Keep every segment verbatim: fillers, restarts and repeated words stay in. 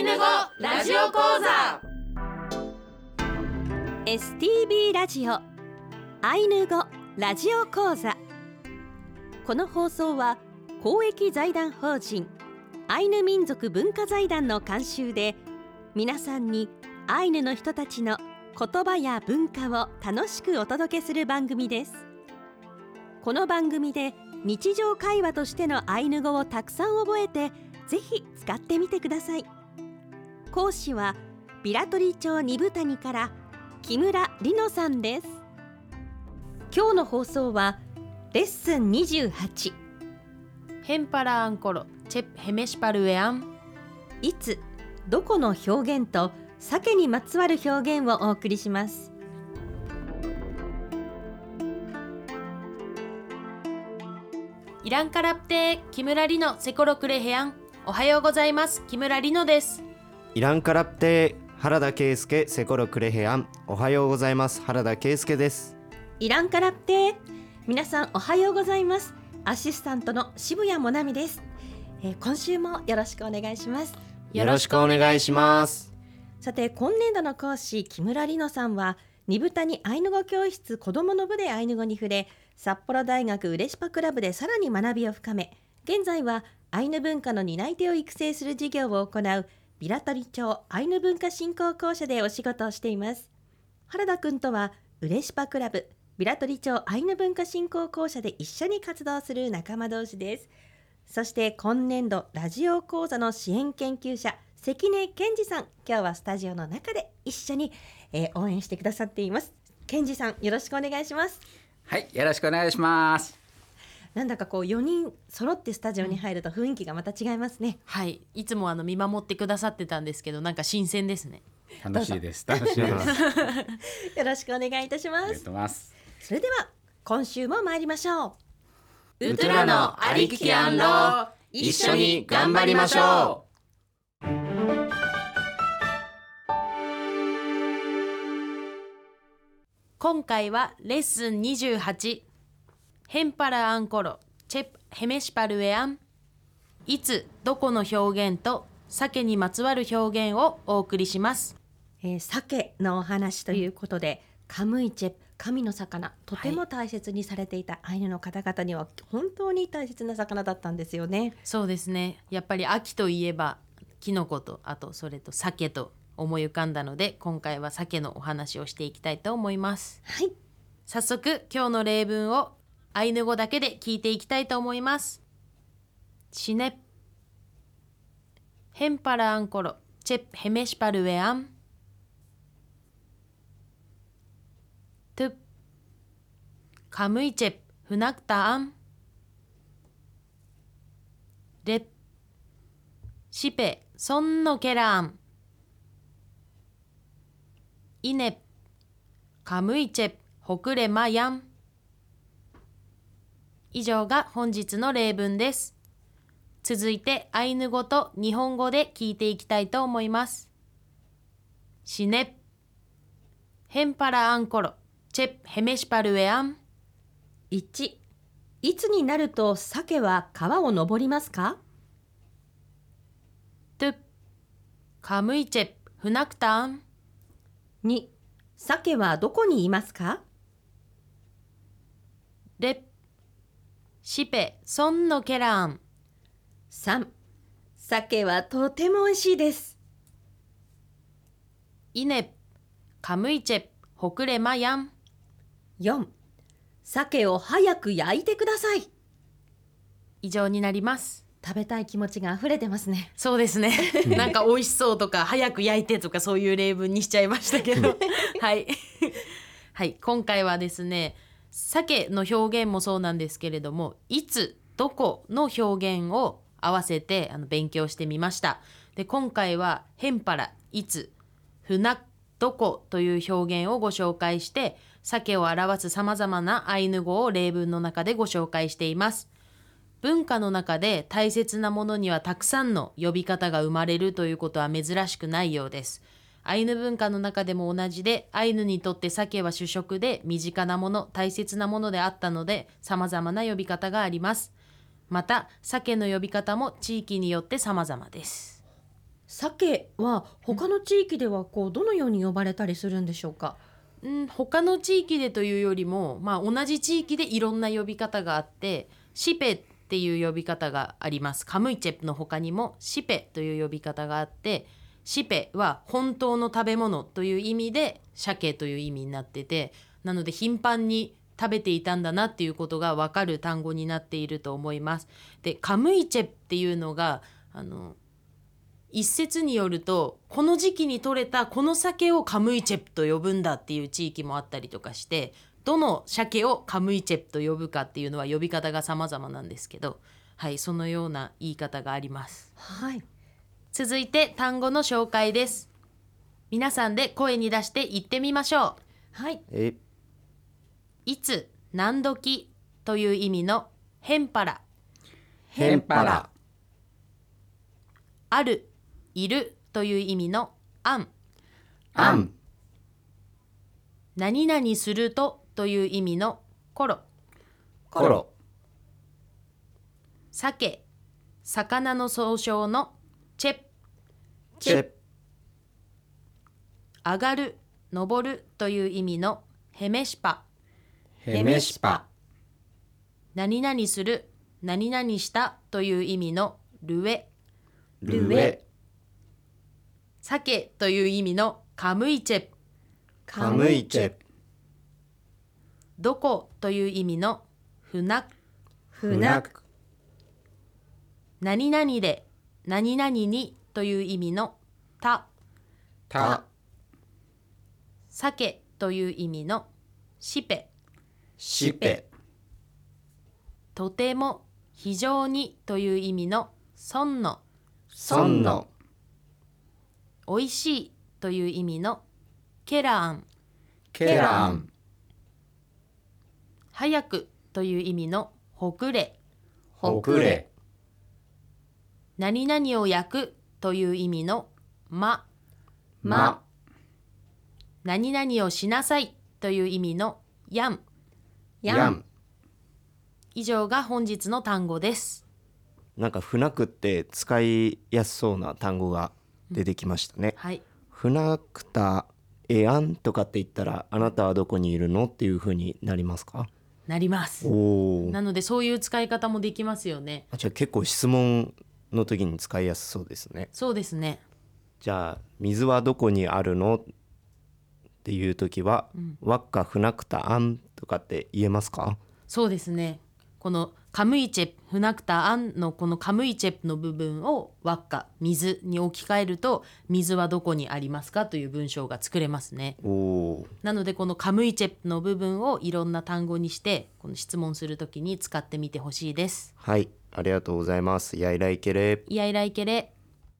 イヌ語ラジオ講座エスティービー ラジオアイヌ語ラジオ講座。この放送は公益財団法人アイヌ民族文化財団の監修で、皆さんにアイヌの人たちの言葉や文化を楽しくお届けする番組です。この番組で日常会話としてのアイヌ語をたくさん覚えて、ぜひ使ってみてください。講師はビラトリ町二部谷から木村里乃さんです。今日の放送はレッスンにじゅうはち、 ヘンパラアンコロチェプヘメシパルエアン、 いつどこの表現と鮭にまつわる表現をお送りします。 イランカラプテー木村里乃セコロクレヘアン。おはようございます。木村里乃です。 イランカラプテー原田圭介セコロクレヘアン。おはようございます。原田圭介です。 イランカラプテー、皆さんおはようございます。アシスタントの渋谷もなみです。えー、今週もよろしくお願いします。 よろしくお願いします。 さて、今年度の講師木村里乃さんは二部谷アイヌ語教室子どもの部でアイヌ語に触れ、札幌大学ウレシパクラブでさらに学びを深め、現在はアイヌ文化の担い手を育成する事業を行うビラトリ町アイヌ文化振興公社でお仕事をしています。原田くんとはウレシパクラブビラトリ町アイヌ文化振興公社で一緒に活動する仲間同士です。そして今年度ラジオ講座の支援研究者関根健二さん、今日はスタジオの中で一緒に、えー、応援してくださっています。健二さん、よろしくお願いします。 はい、よろしくお願いします。 なんだかこうよにん揃ってスタジオに入ると雰囲気がまた違いますね。 はい、いつもあの見守ってくださってたんですけど、なんか新鮮ですね。 楽しいです。楽しいです。 よろしくお願いいたします。 ありがとうございます。 それでは今週も参りましょう。 ウトゥラのありききアンロー、 一緒に頑張りましょう。 今回はレッスンにじゅうはち、ヘンパラアンコロチェプヘメシパルエアン、いつどこの表現と鮭にまつわる表現をお送りします。 えー、鮭のお話ということで、カムイチェプ、神の魚、とても大切にされていたアイヌの方々には本当に大切な魚だったんですよね。 そうですね、やっぱり秋といえばキノコと、あとそれと鮭と思い浮かんだので、今回は鮭のお話をしていきたいと思います。 はい、 早速今日の例文をアイヌ語だけで聞いていきたいと思います。シネヘンパラアンコロチェプヘメシパルエアン、トゥカムイチェプフナクタアン、レプシペソンノケラアン、イネプカムイチェプホクレマヤン。以上が本日の例文です。続いてアイヌ語と日本語で聞いていきたいと思います。シネヘンパラアンコロチェプヘメシパルエアン。 いち、いつになると鮭は川を登りますか？ トゥカムイチェプフナクタアン。 に、鮭はどこにいますか？ レシペソンノケラアン。 さん、鮭はとても美味しいです。 イネカムイチェプホクレマヤン。 よん、鮭を早く焼いてください。 以上になります。 食べたい気持ちがあふれてますね。 そうですねなんか美味しそうとか早く焼いてとかそういう例文にしちゃいましたけどはいはい、今回はですね、鮭の表現もそうなんですけれども、いつどこの表現を合わせてあの勉強してみました。で、今回はヘンパラいつ、フナどこという表現をご紹介して、鮭を表すさまざまなアイヌ語を例文の中でご紹介しています。文化の中で大切なものにはたくさんの呼び方が生まれるということは珍しくないようです。アイヌ文化の中でも同じで、アイヌにとって鮭は主食で身近なもの、大切なものであったので、様々な呼び方があります。また、鮭の呼び方も地域によって様々です。 鮭は他の地域ではこうどのように呼ばれたりするんでしょうか？ うん、他の地域でというよりも、まあ、同じ地域でいろんな呼び方があって、シペっていう呼び方があります。カムイチェプの他にもシペという呼び方があって、シペは本当の食べ物という意味で鮭という意味になってて、なので頻繁に食べていたんだなっていうことが分かる単語になっていると思います。で、カムイチェプっていうのがあの一説によると、この時期に採れたこの鮭をカムイチェプと呼ぶんだっていう地域もあったりとかして、どの鮭をカムイチェプと呼ぶかっていうのは呼び方が様々なんですけど、はい、そのような言い方があります。 はい。 続いて単語の紹介です。皆さんで声に出して言ってみましょう。 はい。 えいつ、何時という意味のヘンパラ。 ヘンパラ。 ある、いるという意味のアン。 アン。 何々するとという意味のコロ。 コロ。 鮭、魚の総称のチェプ。 チェ上がる、登るという意味のヘメシパ。 ヘメシパ。 何々する、何々したという意味のルエ。 ルエ鮭という意味のカムイチェプ。 カムイチェどこという意味のフナ。 フナク何々で、何々にという意味のタ。 タ。 鮭という意味のシペ。 シペとても、非常にという意味のソンノ。 ソンノおいしいという意味のケラーン。 ケラン。 早くという意味のほくれ。 ほくれ。 何々を焼くという意味のま。 ま。 何々をしなさいという意味のやん。 ヤン以上が本日の単語です。 なんかフナクって使いやすそうな単語が出てきましたね。 はい。 フナクタエアンとかって言ったら、あなたはどこにいるのっていう風になりますか？ なります。 おお。 なのでそういう使い方もできますよね。 あ、じゃあ結構質問の時に使いやすそうですね。 そうですね。 じゃあ水はどこにあるのっていう時は、ワッカフナクタアンとかって言えますか？ そうですね。このカムイチェプ、フナクタアンのこのカムイチェプの部分をワッカ、水に置き換えると、水はどこにありますかという文章が作れますね。 おお。 なのでこのカムイチェプの部分をいろんな単語にして、この質問するときに使ってみてほしいです。 はい、ありがとうございます。やいらいけれ。 いやいらいけれ。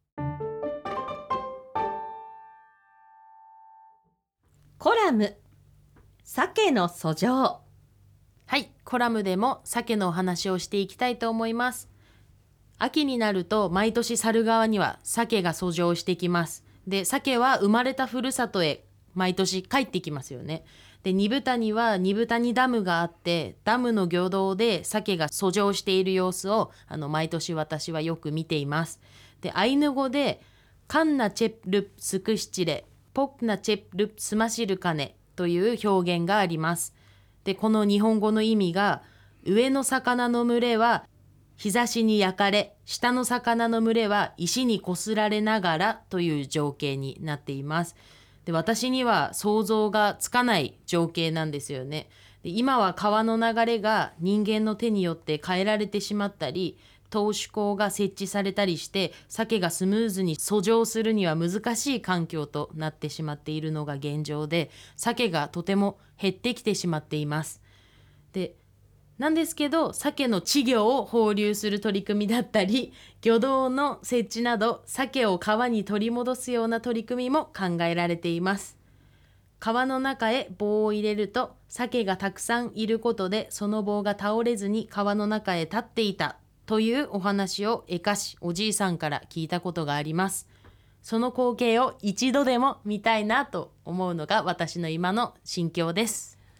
コラム鮭の遡上。 はい、コラムでも鮭のお話をしていきたいと思います。秋になると毎年猿川には鮭が遡上してきます。で、鮭は生まれたふるさとへ毎年帰ってきますよね。で、二部谷は二部谷ダムがあって、ダムの魚道で鮭が遡上している様子をあの毎年私はよく見ています。で、アイヌ語でカンナチェプルプスクシチレ、ポクナチェプルプスマシルカネという表現があります。で、この日本語の意味が、上の魚の群れは日差しに焼かれ、下の魚の群れは石にこすられながらという情景になっています。で、私には想像がつかない情景なんですよね。で、今は川の流れが人間の手によって変えられてしまったり、投手口が設置されたりして鮭がスムーズに遡上するには難しい環境となってしまっているのが現状で、鮭がとても減ってきてしまっています。で、なんですけど、鮭の稚魚を放流する取り組みだったり、魚道の設置など鮭を川に取り戻すような取り組みも考えられています。川の中へ棒を入れると鮭がたくさんいることで、その棒が倒れずに川の中へ立っていたというお話をえかしおじいさんから聞いたことがあります。その光景を一度でも見たいなと思うのが私の今の心境です。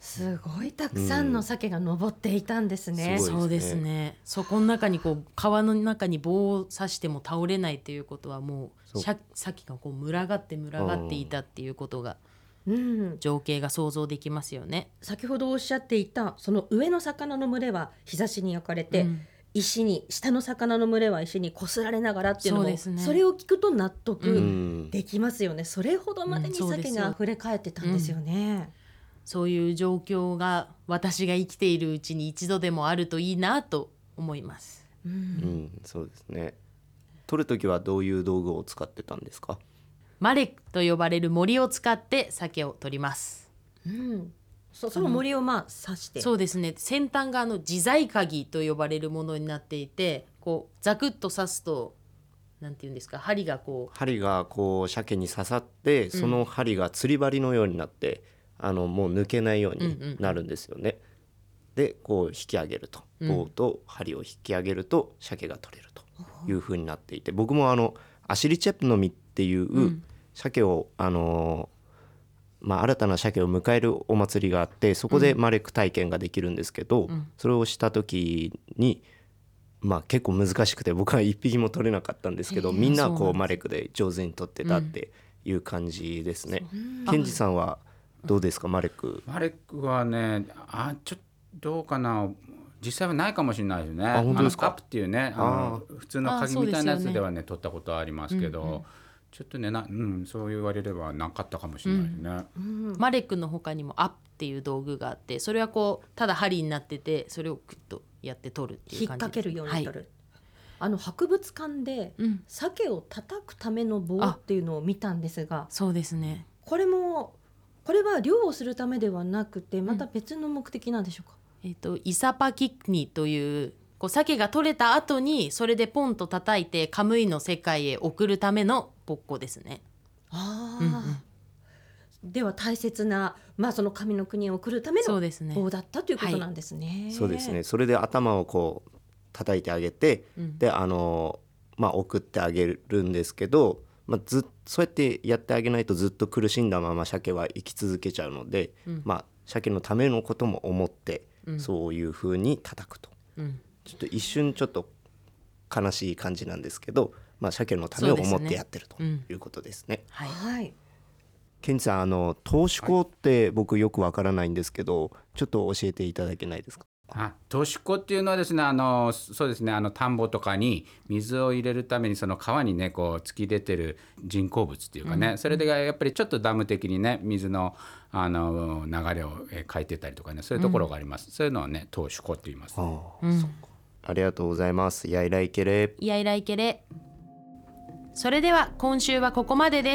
すごいたくさんの鮭が登っていたんですね、 すごいそうですね。そこの中にこう川の中に棒を刺しても倒れないということはもうそうシャ鮭がこう群がって群がっていたっていうことがうん、 情景が想像できますよね。 先ほどおっしゃっていたその上の魚の群れは日差しに焼かれて、 うん石に下の魚の群れは石にこすられながらっていうのもそうですねそれを聞くと納う得んできますよね、それほどまでにうんそうですよ鮭が溢れ返ってたんですよね、 そういう状況が私が生きているうちに一度でもあるといいなと思います。 うんうんそうですね。取る時はどういう道具を使ってたんですか？ マレックと呼ばれる森を使って鮭を取ります。 うんそその森をまあ刺してそうですね。先端があの自在鍵と呼ばれるものになっていて、こうザクッと刺すとなんていうんですか、針がこ針がこう鮭に刺さってその針が釣り針のようになって、あのもう抜けないようになるんですよね。でこう引き上げると棒と針を引き上げると鮭が取れるという風になっていて、僕もあのアシリチェプの実っていううん鮭をあのまあ、新たな鮭を迎えるお祭りがあって、そこでマレック体験ができるんですけど、 うんそれをした時に、まあ、結構難しくて僕は一匹も取れなかったんですけど、 へえみんなそうなんですこうマレックで上手に取ってたっていう感じですね。 うんケンジさんはどうですか、マレック？ マレックはね、あちょっとどうかな、実際はないかもしれないですね。 あ本当ですかあのアップっていうね、あの普通の鍵みたいなやつではね取ったことはありますけど、 うんうんちょっとねな、うん、そう言われればなかったかもしれないですね。 うんマレックの他にもアップっていう道具があって、それはこうただ針になってて、それをクッとやって取るっていう引っ感じ掛けるように取はる、あの博物館でいうん、 鮭を叩くための棒っていうのを見たんですが、 そうですね。 これもこれは漁をするためではなくてまた別の目的なんでしょうか？ えっ、とイサパキクニというこう鮭が取れた後にそれでポンと叩いてカムイの世界へ送るためのボッコですね。 あうんうんあ、では大切な、まあ、その神の国を送るためのそうですね。 棒だったということなんですね。 そうですね。それで頭をこう叩いてあげて、 うんであのまあ送ってあげるんですけど、まあ、ずそうやってやってあげないとずっと苦しんだまま鮭は生き続けちゃうので、 うんまあ鮭のためのことも思って、 うんそういう風に叩くと、 うんちょっと一瞬ちょっと悲しい感じなんですけど、まあ鮭のためを思ってやってるとそうですねいうことですね。 はい。 はい、 ケンジさん、あの投資口って僕よくわからないんですけど、ちょっと教えていただけないですか？ あ、トシコっていうのはですね、あのそうですね、あの田んぼとかに水を入れるためにその川にねこう突き出てる人工物っていうかね、 うんそれでやっぱりちょっとダム的にね水のあの流れをえ変えてたりとかね、そういうところがあります。そういうのをねトシコって言います。 ああ、 うんありがとうございます。やいらいけれ。 いやいらいけれ。それでは今週はここまでです。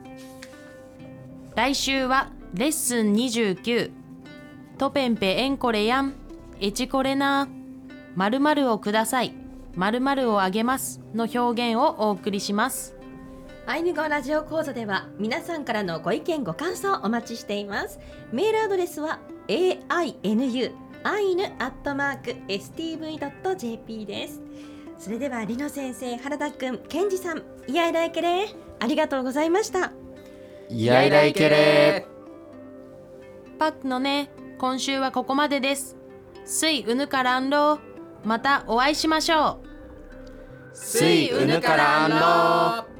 来週はレッスンにじゅうきゅう、トペンペエンコレヤンエチコレナー〇〇をください〇〇をあげますの表現をお送りします。 アイヌ語ラジオ講座では皆さんからのご意見ご感想お待ちしています。メールアドレスは エーアイエヌユー アイヌアットマーク エスティーブイドットジェーピー です。それではリノ先生、原田くん、ケンジさん、イヤイライケレーありがとうございました。 やいらいけれ。 パックのね、今週はここまでです。スイウヌカランロー、またお会いしましょう。 スイウヌカランロー。